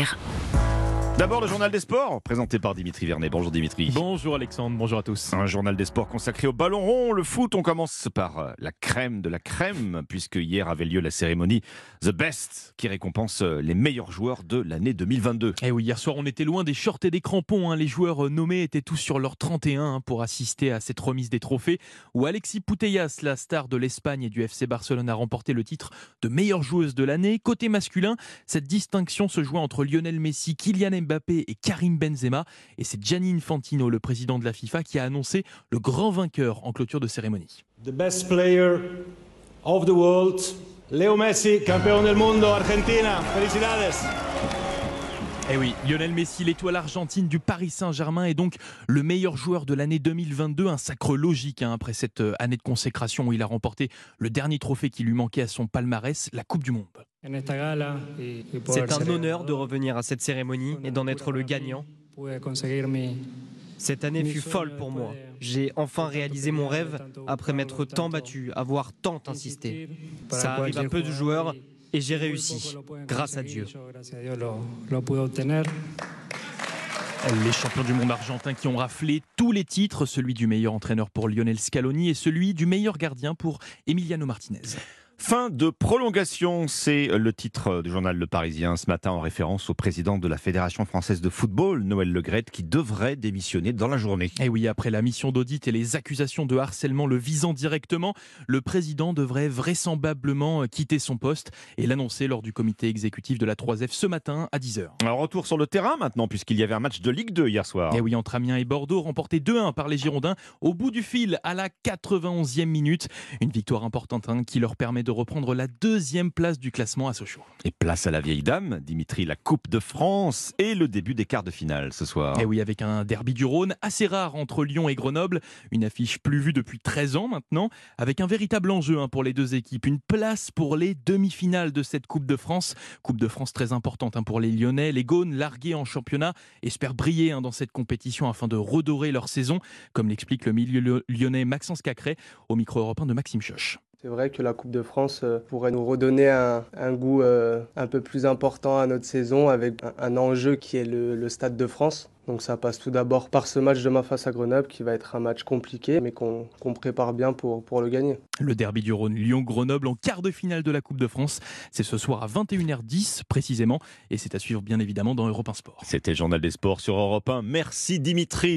FR. D'abord le journal des sports, présenté par Dimitri Vernet. Bonjour Dimitri. Bonjour Alexandre, bonjour à tous. Un journal des sports consacré au ballon rond, le foot. On commence par la crème de la crème, puisque hier avait lieu la cérémonie The Best, qui récompense les meilleurs joueurs de l'année 2022. Et oui, hier soir on était loin des shorts et des crampons. Les joueurs nommés étaient tous sur leur 31 pour assister à cette remise des trophées, où Alexis Putellas, la star de l'Espagne et du FC Barcelone, a remporté le titre de meilleure joueuse de l'année. Côté masculin, cette distinction se jouait entre Lionel Messi, Kylian Mbappé et Karim Benzema. Et c'est Gianni Infantino, le président de la FIFA, qui a annoncé le grand vainqueur en clôture de cérémonie. The best player of the world, Leo Messi, campeón del mundo, Argentina. Felicidades. Eh oui, Lionel Messi, l'étoile argentine du Paris Saint-Germain, est donc le meilleur joueur de l'année 2022. Un sacre logique après cette année de consécration où il a remporté le dernier trophée qui lui manquait à son palmarès, la Coupe du Monde. C'est un honneur de revenir à cette cérémonie et d'en être le gagnant. Cette année fut folle pour moi. J'ai enfin réalisé mon rêve après m'être tant battu, avoir tant insisté. Ça arrive à peu de joueurs et j'ai réussi, grâce à Dieu. Les champions du monde argentins qui ont raflé tous les titres, celui du meilleur entraîneur pour Lionel Scaloni et celui du meilleur gardien pour Emiliano Martinez. Fin de prolongation, c'est le titre du journal Le Parisien ce matin en référence au président de la Fédération française de football, Noël Le Graët, qui devrait démissionner dans la journée. Et oui, après la mission d'audit et les accusations de harcèlement le visant directement, le président devrait vraisemblablement quitter son poste et l'annoncer lors du comité exécutif de la 3F ce matin à 10h. Un retour sur le terrain maintenant, puisqu'il y avait un match de Ligue 2 hier soir. Et oui, entre Amiens et Bordeaux, remporté 2-1 par les Girondins au bout du fil à la 91e minute. Une victoire importante qui leur permet de reprendre la 2e place du classement à Sochaux. Et place à la vieille dame, Dimitri, la Coupe de France et le début des quarts de finale ce soir. Et oui, avec un derby du Rhône assez rare entre Lyon et Grenoble, une affiche plus vue depuis 13 ans maintenant, avec un véritable enjeu pour les deux équipes, une place pour les demi-finales de cette Coupe de France. Coupe de France très importante pour les Lyonnais, les Gaunes largués en championnat, espèrent briller dans cette compétition afin de redorer leur saison, comme l'explique le milieu lyonnais Maxence Cacré au micro européen de Maxime Choche. C'est vrai que la Coupe de France pourrait nous redonner un goût un peu plus important à notre saison avec un enjeu qui est le Stade de France. Donc ça passe tout d'abord par ce match demain face à Grenoble qui va être un match compliqué mais qu'on prépare bien pour le gagner. Le derby du Rhône, Lyon-Grenoble en quart de finale de la Coupe de France. C'est ce soir à 21h10 précisément et c'est à suivre bien évidemment dans Europe 1 Sport. C'était le journal des sports sur Europe 1. Merci Dimitri.